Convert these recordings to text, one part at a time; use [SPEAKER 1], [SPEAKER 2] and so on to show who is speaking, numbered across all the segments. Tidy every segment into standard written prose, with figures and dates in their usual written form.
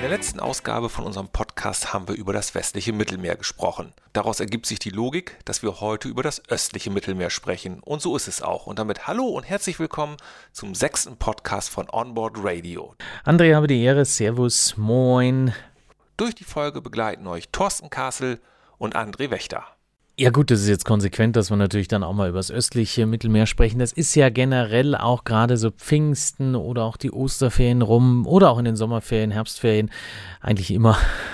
[SPEAKER 1] der letzten Ausgabe von unserem Podcast haben wir über das westliche Mittelmeer gesprochen. Daraus ergibt sich die Logik, dass wir heute über das östliche Mittelmeer sprechen. Und so ist es auch. Und damit hallo und herzlich willkommen zum 6. Podcast von Onboard Radio.
[SPEAKER 2] André, habe die Ehre. Servus, moin.
[SPEAKER 1] Durch die Folge begleiten euch Thorsten Kassel und André Wächter.
[SPEAKER 2] Ja gut, das ist jetzt konsequent, dass wir natürlich dann auch mal über das östliche Mittelmeer sprechen. Das ist ja generell auch gerade so Pfingsten oder auch die Osterferien rum oder auch in den Sommerferien, Herbstferien eigentlich immer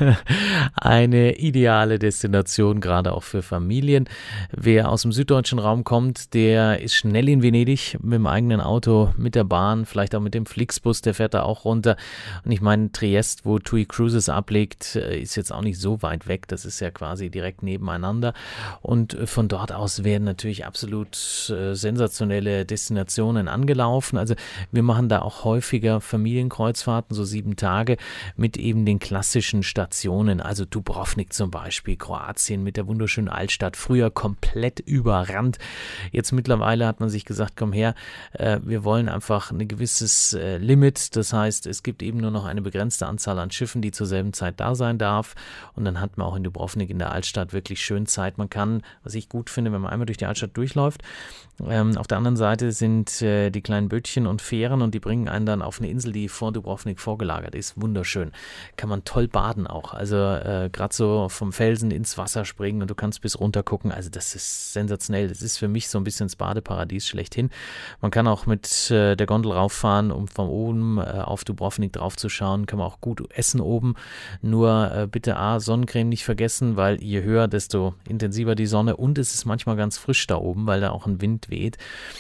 [SPEAKER 2] eine ideale Destination, gerade auch für Familien. Wer aus dem süddeutschen Raum kommt, der ist schnell in Venedig mit dem eigenen Auto, mit der Bahn, vielleicht auch mit dem Flixbus, der fährt da auch runter. Und ich meine, Triest, wo TUI Cruises ablegt, ist jetzt auch nicht so weit weg. Das ist ja quasi direkt nebeneinander. Und von dort aus werden natürlich absolut sensationelle Destinationen angelaufen. Also wir machen da auch häufiger Familienkreuzfahrten, so 7 Tage, mit eben den klassischen Stationen. Also Dubrovnik zum Beispiel, Kroatien mit der wunderschönen Altstadt, früher komplett überrannt. Jetzt mittlerweile hat man sich gesagt, komm her, wir wollen einfach ein gewisses Limit. Das heißt, es gibt eben nur noch eine begrenzte Anzahl an Schiffen, die zur selben Zeit da sein darf. Und dann hat man auch in Dubrovnik in der Altstadt wirklich schön Zeit. Man kann, was ich gut finde, wenn man einmal durch die Altstadt durchläuft. Auf der anderen Seite sind die kleinen Bötchen und Fähren und die bringen einen dann auf eine Insel, die vor Dubrovnik vorgelagert ist. Wunderschön. Kann man toll baden auch. Also gerade so vom Felsen ins Wasser springen und du kannst bis runter gucken. Also das ist sensationell. Das ist für mich so ein bisschen das Badeparadies schlechthin. Man kann auch mit der Gondel rauffahren, um von oben auf Dubrovnik drauf zu schauen. Kann man auch gut essen oben. Nur bitte Sonnencreme nicht vergessen, weil je höher, desto intensiver die Sonne und es ist manchmal ganz frisch da oben, weil da auch ein Wind weht.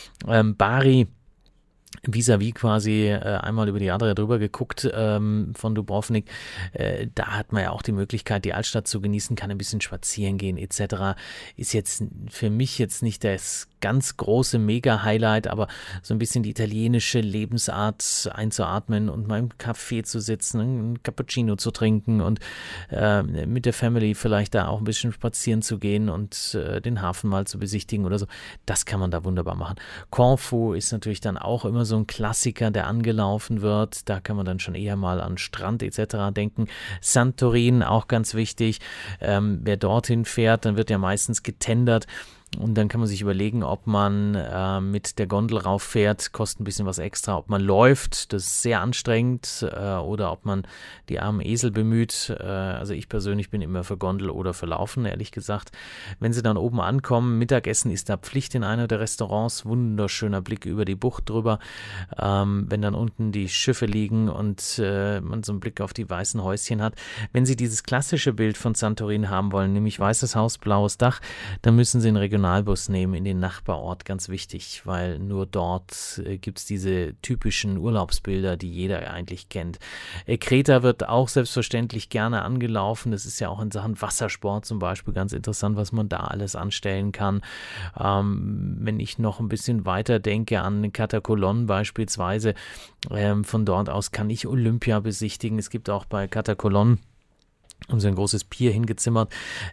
[SPEAKER 2] Bari, vis-à-vis quasi einmal über die Adria drüber geguckt von Dubrovnik. Da hat man ja auch die Möglichkeit, die Altstadt zu genießen, kann ein bisschen spazieren gehen etc. Ist jetzt für mich jetzt nicht das ganz große Mega-Highlight, aber so ein bisschen die italienische Lebensart einzuatmen und mal im Café zu sitzen, einen Cappuccino zu trinken und mit der Family vielleicht da auch ein bisschen spazieren zu gehen und den Hafen mal zu besichtigen oder so. Das kann man da wunderbar machen. Korfu ist natürlich dann auch immer so ein Klassiker, der angelaufen wird. Da kann man dann schon eher mal an Strand etc. denken. Santorin, auch ganz wichtig. Wer dorthin fährt, dann wird ja meistens getendert. Und dann kann man sich überlegen, ob man mit der Gondel rauffährt, kostet ein bisschen was extra, ob man läuft, das ist sehr anstrengend, oder ob man die armen Esel bemüht. Also ich persönlich bin immer für Gondel oder für Laufen, ehrlich gesagt. Wenn sie dann oben ankommen, Mittagessen ist da Pflicht in einer der Restaurants, wunderschöner Blick über die Bucht drüber. Wenn dann unten die Schiffe liegen und man so einen Blick auf die weißen Häuschen hat. Wenn Sie dieses klassische Bild von Santorin haben wollen, nämlich weißes Haus, blaues Dach, dann müssen Sie einen Regionalbus nehmen in den Nachbarort, ganz wichtig, weil nur dort gibt es diese typischen Urlaubsbilder, die jeder eigentlich kennt. Kreta wird auch selbstverständlich gerne angelaufen, das ist ja auch in Sachen Wassersport zum Beispiel ganz interessant, was man da alles anstellen kann. Wenn ich noch ein bisschen weiter denke an Katakolon beispielsweise, von dort aus kann ich Olympia besichtigen. Es gibt auch bei Katakolon so ein großes Pier hingezimmert,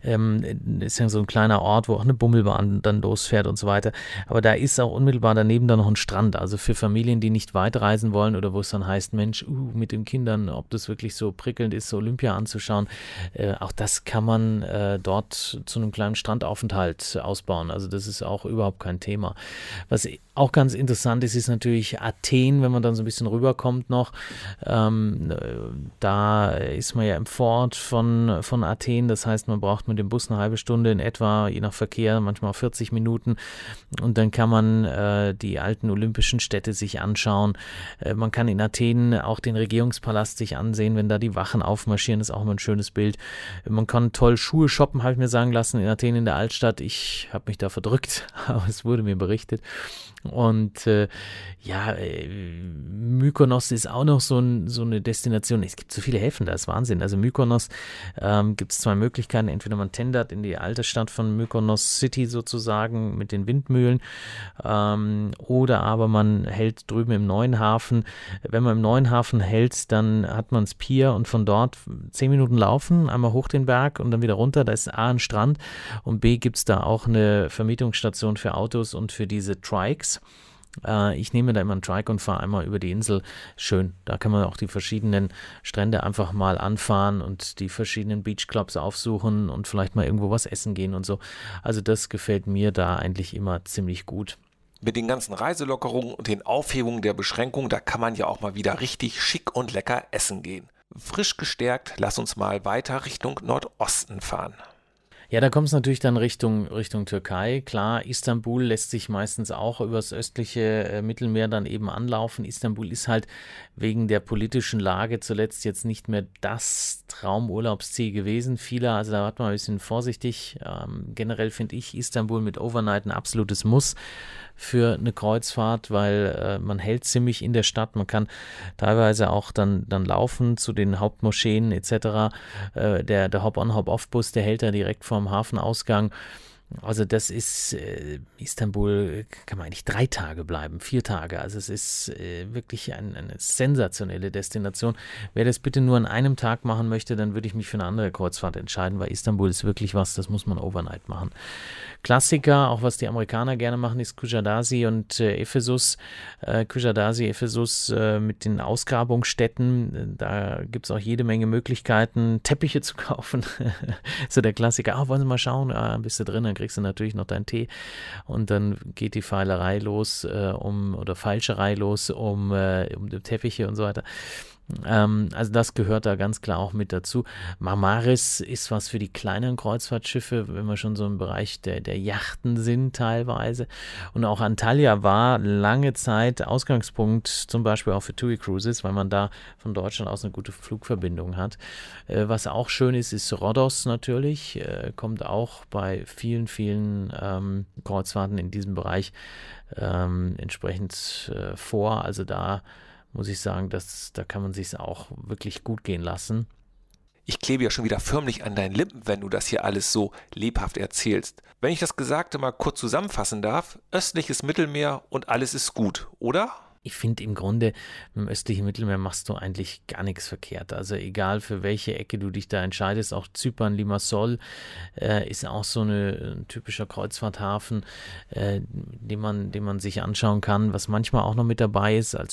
[SPEAKER 2] ist ja so ein kleiner Ort, wo auch eine Bummelbahn dann losfährt und so weiter, aber da ist auch unmittelbar daneben dann noch ein Strand, also für Familien, die nicht weit reisen wollen oder wo es dann heißt, Mensch, mit den Kindern, ob das wirklich so prickelnd ist, so Olympia anzuschauen, auch das kann man dort zu einem kleinen Strandaufenthalt ausbauen, also das ist auch überhaupt kein Thema. Was auch ganz interessant ist, ist natürlich Athen, wenn man dann so ein bisschen rüberkommt noch, da ist man ja im Fort von Athen, das heißt, man braucht mit dem Bus eine halbe Stunde in etwa, je nach Verkehr, manchmal 40 Minuten und dann kann man die alten olympischen Städte sich anschauen. Man kann in Athen auch den Regierungspalast sich ansehen, wenn da die Wachen aufmarschieren, ist auch immer ein schönes Bild. Man kann toll Schuhe shoppen, habe ich mir sagen lassen, in Athen in der Altstadt. Ich habe mich da verdrückt, aber es wurde mir berichtet. Und Mykonos ist auch noch so eine Destination. Es gibt so viele Häfen, das ist Wahnsinn. Also Mykonos gibt es 2 Möglichkeiten. Entweder man tendert in die alte Stadt von Mykonos City sozusagen mit den Windmühlen oder aber man hält drüben im neuen Hafen. Wenn man im neuen Hafen hält, dann hat man das Pier und von dort 10 Minuten laufen, einmal hoch den Berg und dann wieder runter. Da ist A ein Strand und B gibt es da auch eine Vermietungsstation für Autos und für diese Trikes. Ich nehme da immer einen Trike und fahre einmal über die Insel. Schön, da kann man auch die verschiedenen Strände einfach mal anfahren und die verschiedenen Beachclubs aufsuchen und vielleicht mal irgendwo was essen gehen und so. Also das gefällt mir da eigentlich immer ziemlich gut.
[SPEAKER 1] Mit den ganzen Reiselockerungen und den Aufhebungen der Beschränkungen, da kann man ja auch mal wieder richtig schick und lecker essen gehen. Frisch gestärkt, lass uns mal weiter Richtung Nordosten fahren.
[SPEAKER 2] Ja, da kommt es natürlich dann Richtung Türkei. Klar, Istanbul lässt sich meistens auch übers östliche Mittelmeer dann eben anlaufen. Istanbul ist halt wegen der politischen Lage zuletzt jetzt nicht mehr das Traumurlaubsziel gewesen. Viele, also da war man ein bisschen vorsichtig. Generell finde ich Istanbul mit Overnight ein absolutes Muss für eine Kreuzfahrt, weil man hält ziemlich in der Stadt. Man kann teilweise auch dann laufen zu den Hauptmoscheen etc. Der Hop-on, Hop-off-Bus, der hält da direkt vorm Hafenausgang. Also das ist, Istanbul kann man eigentlich 3 Tage bleiben, 4 Tage. Also es ist wirklich eine sensationelle Destination. Wer das bitte nur an einem Tag machen möchte, dann würde ich mich für eine andere Kreuzfahrt entscheiden, weil Istanbul ist wirklich was, das muss man overnight machen. Klassiker, auch was die Amerikaner gerne machen, ist Kuşadası und Ephesus. Kuşadası, Ephesus mit den Ausgrabungsstätten, da gibt es auch jede Menge Möglichkeiten, Teppiche zu kaufen. So der Klassiker, wollen Sie mal schauen, bist du drin, dann kriegst du natürlich noch deinen Tee und dann geht die Feilerei los, oder Feilscherei los um die Teppiche und so weiter. Also das gehört da ganz klar auch mit dazu. Marmaris ist was für die kleineren Kreuzfahrtschiffe, wenn wir schon so im Bereich der Yachten sind teilweise. Und auch Antalya war lange Zeit Ausgangspunkt, zum Beispiel auch für TUI Cruises, weil man da von Deutschland aus eine gute Flugverbindung hat. Was auch schön ist Rhodos natürlich, kommt auch bei vielen Kreuzfahrten in diesem Bereich entsprechend vor. Also da muss ich sagen, da kann man sich auch wirklich gut gehen lassen.
[SPEAKER 1] Ich klebe ja schon wieder förmlich an deinen Lippen, wenn du das hier alles so lebhaft erzählst. Wenn ich das Gesagte mal kurz zusammenfassen darf, östliches Mittelmeer und alles ist gut, oder?
[SPEAKER 2] Ich finde im Grunde, mit dem östlichen Mittelmeer machst du eigentlich gar nichts verkehrt. Also egal für welche Ecke du dich da entscheidest, auch Zypern, Limassol ist auch so ein typischer Kreuzfahrthafen, den man sich anschauen kann. Was manchmal auch noch mit dabei ist als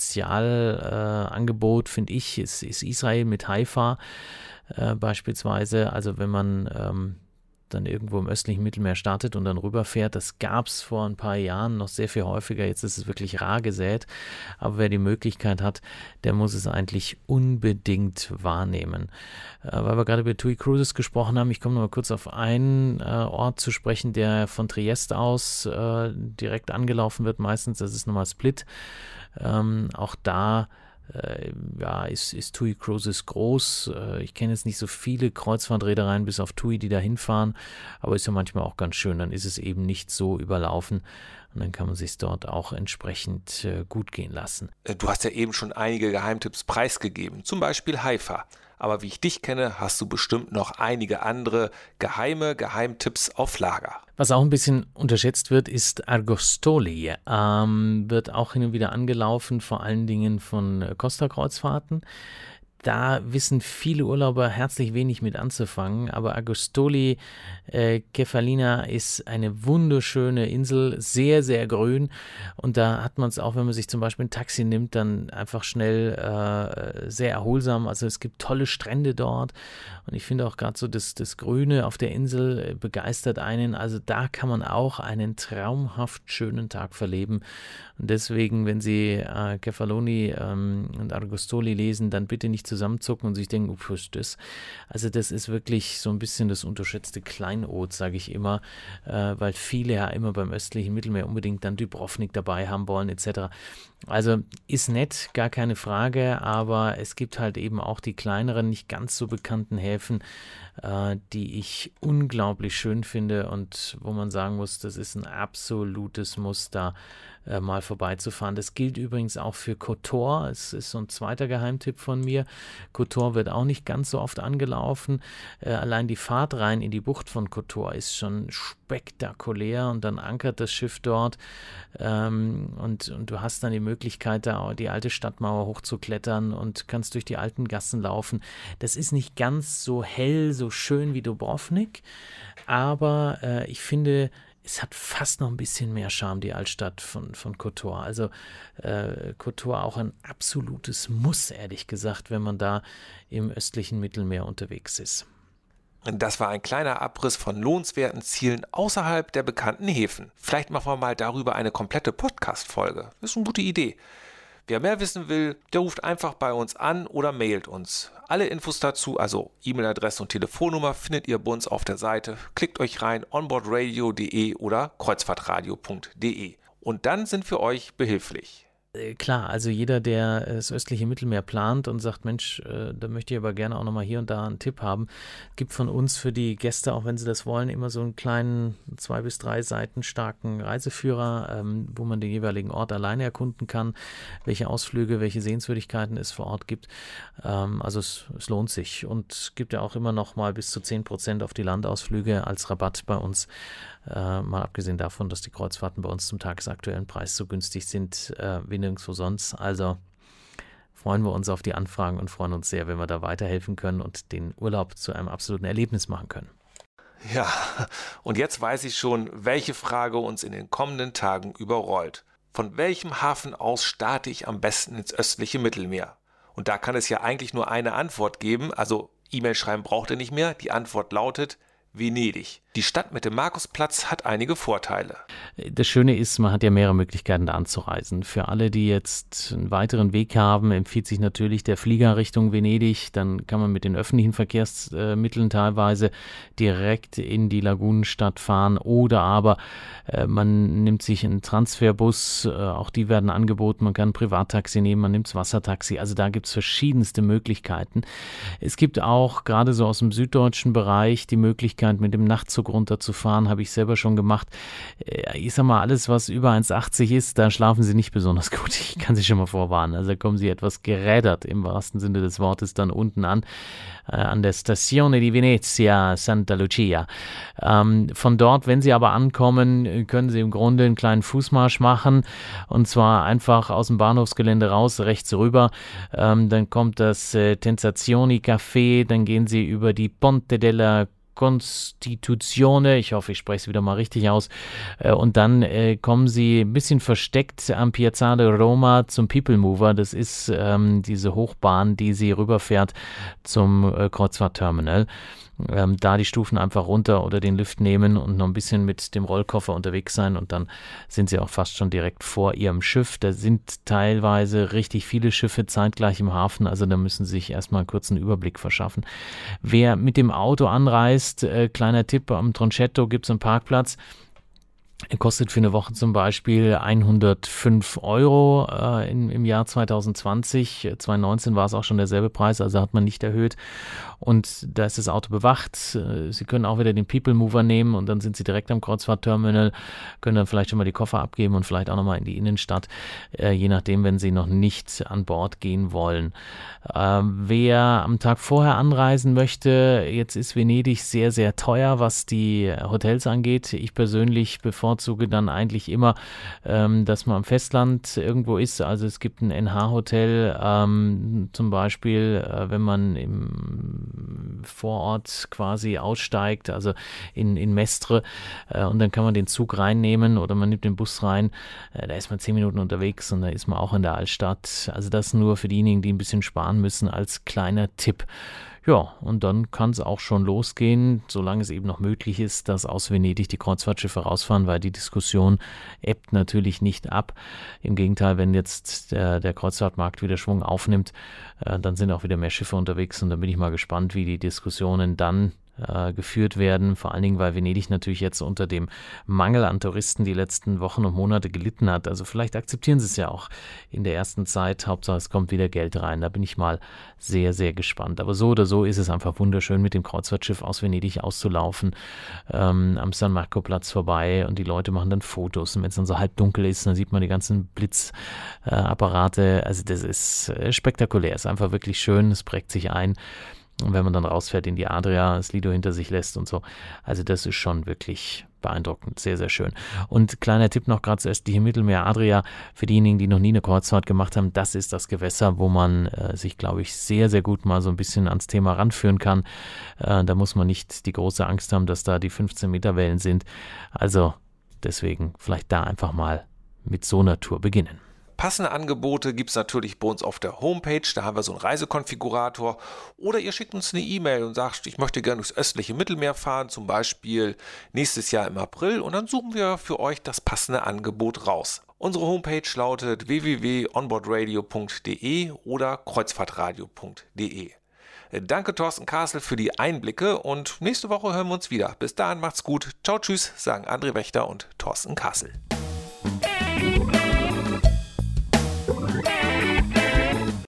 [SPEAKER 2] Spezialangebot, finde ich, ist Israel mit Haifa beispielsweise. Also wenn man dann irgendwo im östlichen Mittelmeer startet und dann rüberfährt. Das gab es vor ein paar Jahren noch sehr viel häufiger. Jetzt ist es wirklich rar gesät. Aber wer die Möglichkeit hat, der muss es eigentlich unbedingt wahrnehmen. Weil wir gerade über TUI Cruises gesprochen haben, ich komme noch mal kurz auf einen Ort zu sprechen, der von Triest aus direkt angelaufen wird meistens. Das ist nochmal Split. Auch da ist TUI Cruises groß. Ich kenne jetzt nicht so viele Kreuzfahrtreedereien bis auf TUI, die da hinfahren, aber ist ja manchmal auch ganz schön. Dann ist es eben nicht so überlaufen und dann kann man sich dort auch entsprechend gut gehen lassen.
[SPEAKER 1] Du hast ja eben schon einige Geheimtipps preisgegeben, zum Beispiel Haifa. Aber wie ich dich kenne, hast du bestimmt noch einige andere Geheimtipps auf Lager.
[SPEAKER 2] Was auch ein bisschen unterschätzt wird, ist Argostoli. Wird auch hin und wieder angelaufen, vor allen Dingen von Costa-Kreuzfahrten. Da wissen viele Urlauber herzlich wenig mit anzufangen, aber Argostoli Kefalina ist eine wunderschöne Insel, sehr, sehr grün und da hat man es auch, wenn man sich zum Beispiel ein Taxi nimmt, dann einfach schnell sehr erholsam, also es gibt tolle Strände dort und ich finde auch gerade so das Grüne auf der Insel begeistert einen, also da kann man auch einen traumhaft schönen Tag verleben und deswegen, wenn Sie Kefaloni und Argostoli lesen, dann bitte nicht zusammenzucken und sich denken, was ist das? Also das ist wirklich so ein bisschen das unterschätzte Kleinod, sage ich immer, weil viele ja immer beim östlichen Mittelmeer unbedingt dann Dubrovnik dabei haben wollen etc. Also ist nett, gar keine Frage, aber es gibt halt eben auch die kleineren, nicht ganz so bekannten Häfen, die ich unglaublich schön finde und wo man sagen muss, das ist ein absolutes Muss, da mal vorbeizufahren. Das gilt übrigens auch für Kotor. Es ist so ein zweiter Geheimtipp von mir. Kotor wird auch nicht ganz so oft angelaufen. Allein die Fahrt rein in die Bucht von Kotor ist schon spektakulär und dann ankert das Schiff dort und du hast dann die Möglichkeit, da die alte Stadtmauer hochzuklettern und kannst durch die alten Gassen laufen. Das ist nicht ganz so hell, so schön wie Dubrovnik, aber ich finde, es hat fast noch ein bisschen mehr Charme, die Altstadt von Kotor. Also Kotor auch ein absolutes Muss, ehrlich gesagt, wenn man da im östlichen Mittelmeer unterwegs ist.
[SPEAKER 1] Das war ein kleiner Abriss von lohnenswerten Zielen außerhalb der bekannten Häfen. Vielleicht machen wir mal darüber eine komplette Podcast-Folge. Das ist eine gute Idee. Wer mehr wissen will, der ruft einfach bei uns an oder mailt uns. Alle Infos dazu, also E-Mail-Adresse und Telefonnummer, findet ihr bei uns auf der Seite. Klickt euch rein, onboardradio.de oder kreuzfahrtradio.de. Und dann sind wir euch behilflich.
[SPEAKER 2] Klar, also jeder, der das östliche Mittelmeer plant und sagt, Mensch, da möchte ich aber gerne auch nochmal hier und da einen Tipp haben, gibt von uns für die Gäste, auch wenn sie das wollen, immer so einen kleinen 2 bis 3 Seiten starken Reiseführer, wo man den jeweiligen Ort alleine erkunden kann, welche Ausflüge, welche Sehenswürdigkeiten es vor Ort gibt. Also es lohnt sich und es gibt ja auch immer noch mal bis zu 10% auf die Landausflüge als Rabatt bei uns. Mal abgesehen davon, dass die Kreuzfahrten bei uns zum tagesaktuellen Preis so günstig sind wie nirgendwo sonst. Also freuen wir uns auf die Anfragen und freuen uns sehr, wenn wir da weiterhelfen können und den Urlaub zu einem absoluten Erlebnis machen können.
[SPEAKER 1] Ja, und jetzt weiß ich schon, welche Frage uns in den kommenden Tagen überrollt. Von welchem Hafen aus starte ich am besten ins östliche Mittelmeer? Und da kann es ja eigentlich nur eine Antwort geben, also E-Mail schreiben braucht ihr nicht mehr. Die Antwort lautet Venedig. Die Stadt mit dem Markusplatz hat einige Vorteile.
[SPEAKER 2] Das Schöne ist, man hat ja mehrere Möglichkeiten da anzureisen. Für alle, die jetzt einen weiteren Weg haben, empfiehlt sich natürlich der Flieger Richtung Venedig. Dann kann man mit den öffentlichen Verkehrsmitteln teilweise direkt in die Lagunenstadt fahren oder aber man nimmt sich einen Transferbus, auch die werden angeboten. Man kann ein Privattaxi nehmen, man nimmt das Wassertaxi. Also da gibt es verschiedenste Möglichkeiten. Es gibt auch gerade so aus dem süddeutschen Bereich die Möglichkeit, mit dem Nachtzug runterzufahren, habe ich selber schon gemacht. Ich sag mal, alles, was über 1,80 ist, da schlafen Sie nicht besonders gut. Ich kann Sie schon mal vorwarnen. Also da kommen Sie etwas gerädert im wahrsten Sinne des Wortes dann unten an der Stazione di Venezia, Santa Lucia. Von dort, wenn Sie aber ankommen, können Sie im Grunde einen kleinen Fußmarsch machen und zwar einfach aus dem Bahnhofsgelände raus, rechts rüber. Dann kommt das Tentazioni Café, dann gehen Sie über die Ponte della Costituzione, ich hoffe, ich spreche es wieder mal richtig aus, und dann kommen sie ein bisschen versteckt am Piazzale Roma zum People Mover, das ist diese Hochbahn, die sie rüberfährt zum Kreuzfahrtterminal. Da die Stufen einfach runter oder den Lift nehmen und noch ein bisschen mit dem Rollkoffer unterwegs sein und dann sind sie auch fast schon direkt vor ihrem Schiff. Da sind teilweise richtig viele Schiffe zeitgleich im Hafen, also da müssen sie sich erstmal kurz einen Überblick verschaffen. Wer mit dem Auto anreist, kleiner Tipp, am Tronchetto gibt es einen Parkplatz. Er kostet für eine Woche zum Beispiel 105 Euro im Jahr 2020. 2019 war es auch schon derselbe Preis, also hat man nicht erhöht. Und da ist das Auto bewacht. Sie können auch wieder den People Mover nehmen und dann sind Sie direkt am Kreuzfahrtterminal, können dann vielleicht schon mal die Koffer abgeben und vielleicht auch nochmal in die Innenstadt, je nachdem, wenn Sie noch nicht an Bord gehen wollen. Wer am Tag vorher anreisen möchte, jetzt ist Venedig sehr, sehr teuer, was die Hotels angeht. Ich persönlich bevorzuge dann eigentlich immer, dass man am Festland irgendwo ist. Also es gibt ein NH-Hotel, zum Beispiel, wenn man im Vorort quasi aussteigt, also in Mestre, und dann kann man den Zug reinnehmen oder man nimmt den Bus rein. Da ist man 10 Minuten unterwegs und da ist man auch in der Altstadt. Also das nur für diejenigen, die ein bisschen sparen müssen, als kleiner Tipp. Ja, und dann kann es auch schon losgehen, solange es eben noch möglich ist, dass aus Venedig die Kreuzfahrtschiffe rausfahren, weil die Diskussion ebbt natürlich nicht ab. Im Gegenteil, wenn jetzt der Kreuzfahrtmarkt wieder Schwung aufnimmt, dann sind auch wieder mehr Schiffe unterwegs und da bin ich mal gespannt, wie die Diskussionen dann geführt werden, vor allen Dingen, weil Venedig natürlich jetzt unter dem Mangel an Touristen die letzten Wochen und Monate gelitten hat. Also vielleicht akzeptieren sie es ja auch in der ersten Zeit. Hauptsache es kommt wieder Geld rein. Da bin ich mal sehr, sehr gespannt. Aber so oder so ist es einfach wunderschön, mit dem Kreuzfahrtschiff aus Venedig auszulaufen, am San Marco Platz vorbei und die Leute machen dann Fotos. Und wenn es dann so halb dunkel ist, dann sieht man die ganzen Blitzapparate. Also das ist spektakulär. Ist einfach wirklich schön. Es prägt sich ein. Und wenn man dann rausfährt in die Adria, das Lido hinter sich lässt und so. Also das ist schon wirklich beeindruckend, sehr, sehr schön. Und kleiner Tipp noch, gerade das östliche Mittelmeer, Adria, für diejenigen, die noch nie eine Kreuzfahrt gemacht haben, das ist das Gewässer, wo man sich, glaube ich, sehr, sehr gut mal so ein bisschen ans Thema ranführen kann. Da muss man nicht die große Angst haben, dass da die 15 Meter Wellen sind. Also Deswegen vielleicht da einfach mal mit so einer Tour beginnen.
[SPEAKER 1] Passende Angebote gibt es natürlich bei uns auf der Homepage, da haben wir so einen Reisekonfigurator. Oder ihr schickt uns eine E-Mail und sagt, ich möchte gerne durchs östliche Mittelmeer fahren, zum Beispiel nächstes Jahr im April, und dann suchen wir für euch das passende Angebot raus. Unsere Homepage lautet www.onboardradio.de oder kreuzfahrtradio.de. Danke Thorsten Kassel für die Einblicke und nächste Woche hören wir uns wieder. Bis dahin macht's gut. Ciao, tschüss, sagen André Wächter und Thorsten Kassel.